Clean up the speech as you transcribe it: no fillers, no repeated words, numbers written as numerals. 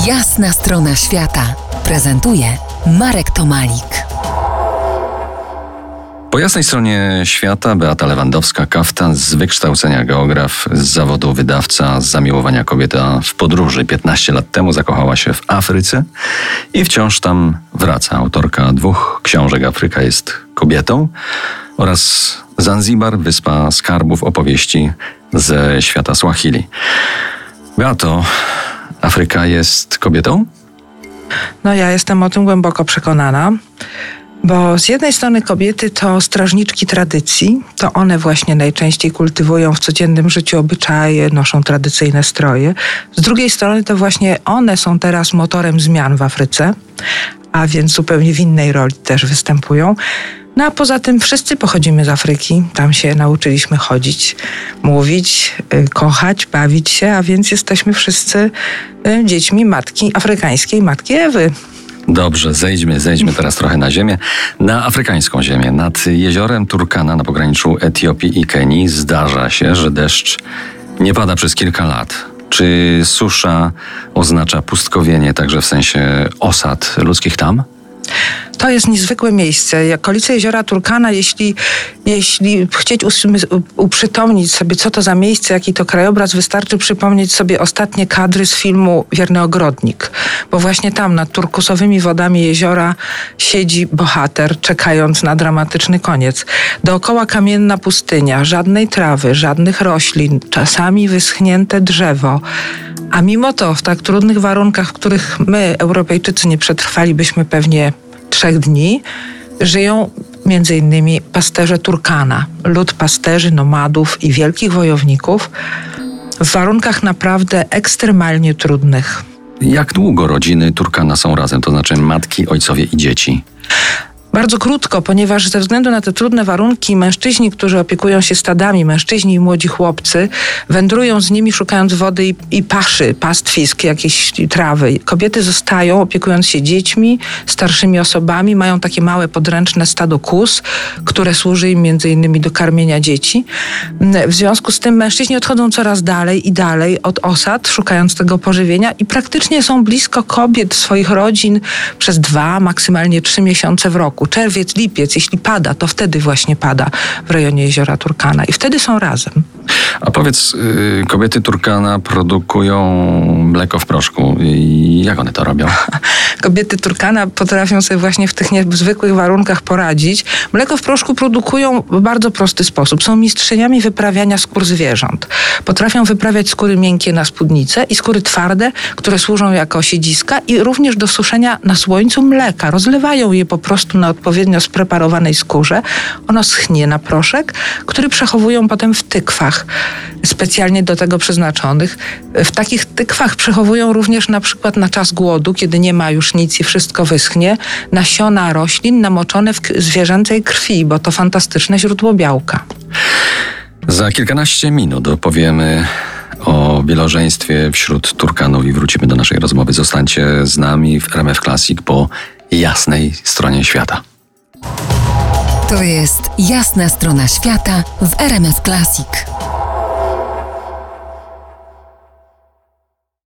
Jasna strona świata prezentuje Marek Tomalik. Po jasnej stronie świata Beata Lewandowska-Kaftan, z wykształcenia geograf, z zawodu wydawca, z zamiłowania kobieta w podróży. 15 lat temu zakochała się w Afryce i wciąż tam wraca. Autorka 2 książek Afryka jest kobietą oraz Zanzibar, wyspa skarbów, opowieści ze świata Swahili. Beato, Afryka jest kobietą? No ja jestem o tym głęboko przekonana, bo z jednej strony kobiety to strażniczki tradycji, to one właśnie najczęściej kultywują w codziennym życiu obyczaje, noszą tradycyjne stroje. Z drugiej strony to właśnie one są teraz motorem zmian w Afryce, a więc zupełnie w innej roli też występują. No a poza tym wszyscy pochodzimy z Afryki, tam się nauczyliśmy chodzić, mówić, kochać, bawić się, a więc jesteśmy wszyscy dziećmi afrykańskiej matki Ewy. Dobrze, zejdźmy teraz trochę na ziemię, na afrykańską ziemię. Nad jeziorem Turkana na pograniczu Etiopii i Kenii zdarza się, że deszcz nie pada przez kilka lat. Czy susza oznacza pustkowienie także w sensie osad ludzkich tam? To jest niezwykłe miejsce. Okolice jeziora Turkana, jeśli chcieć uprzytomnić sobie, co to za miejsce, jaki to krajobraz, wystarczy przypomnieć sobie ostatnie kadry z filmu Wierny Ogrodnik. Bo właśnie tam, nad turkusowymi wodami jeziora, siedzi bohater, czekając na dramatyczny koniec. Dookoła kamienna pustynia, żadnej trawy, żadnych roślin, czasami wyschnięte drzewo. A mimo to w tak trudnych warunkach, w których my, Europejczycy, nie przetrwalibyśmy pewnie 3 dni, żyją między innymi pasterze Turkana, lud pasterzy, nomadów i wielkich wojowników w warunkach naprawdę ekstremalnie trudnych. Jak długo rodziny Turkana są razem, to znaczy matki, ojcowie i dzieci? Bardzo krótko, ponieważ ze względu na te trudne warunki mężczyźni, którzy opiekują się stadami, mężczyźni i młodzi chłopcy, wędrują z nimi szukając wody i paszy, pastwisk, jakiejś trawy. Kobiety zostają opiekując się dziećmi, starszymi osobami, mają takie małe podręczne stado kóz, które służy im między innymi do karmienia dzieci. W związku z tym mężczyźni odchodzą coraz dalej i dalej od osad, szukając tego pożywienia i praktycznie są blisko kobiet, swoich rodzin przez 2, maksymalnie 3 miesiące w roku. Czerwiec, lipiec, jeśli pada, to wtedy właśnie pada w rejonie jeziora Turkana i wtedy są razem. A powiedz, kobiety Turkana produkują mleko w proszku. Jak one to robią? Kobiety Turkana potrafią sobie właśnie w tych niezwykłych warunkach poradzić. Mleko w proszku produkują w bardzo prosty sposób. Są mistrzyniami wyprawiania skór zwierząt. Potrafią wyprawiać skóry miękkie na spódnice i skóry twarde, które służą jako siedziska i również do suszenia na słońcu mleka. Rozlewają je po prostu na odpowiednio spreparowanej skórze. Ono schnie na proszek, który przechowują potem w tykwach specjalnie do tego przeznaczonych. W takich tykwach przechowują również na przykład na czas głodu, kiedy nie ma już nic i wszystko wyschnie, nasiona roślin namoczone w zwierzęcej krwi, bo to fantastyczne źródło białka. Za kilkanaście minut opowiemy o wielożeństwie wśród Turkanów i wrócimy do naszej rozmowy. Zostańcie z nami w RMF Classic po jasnej stronie świata. To jest Jasna strona świata w RMF Classic.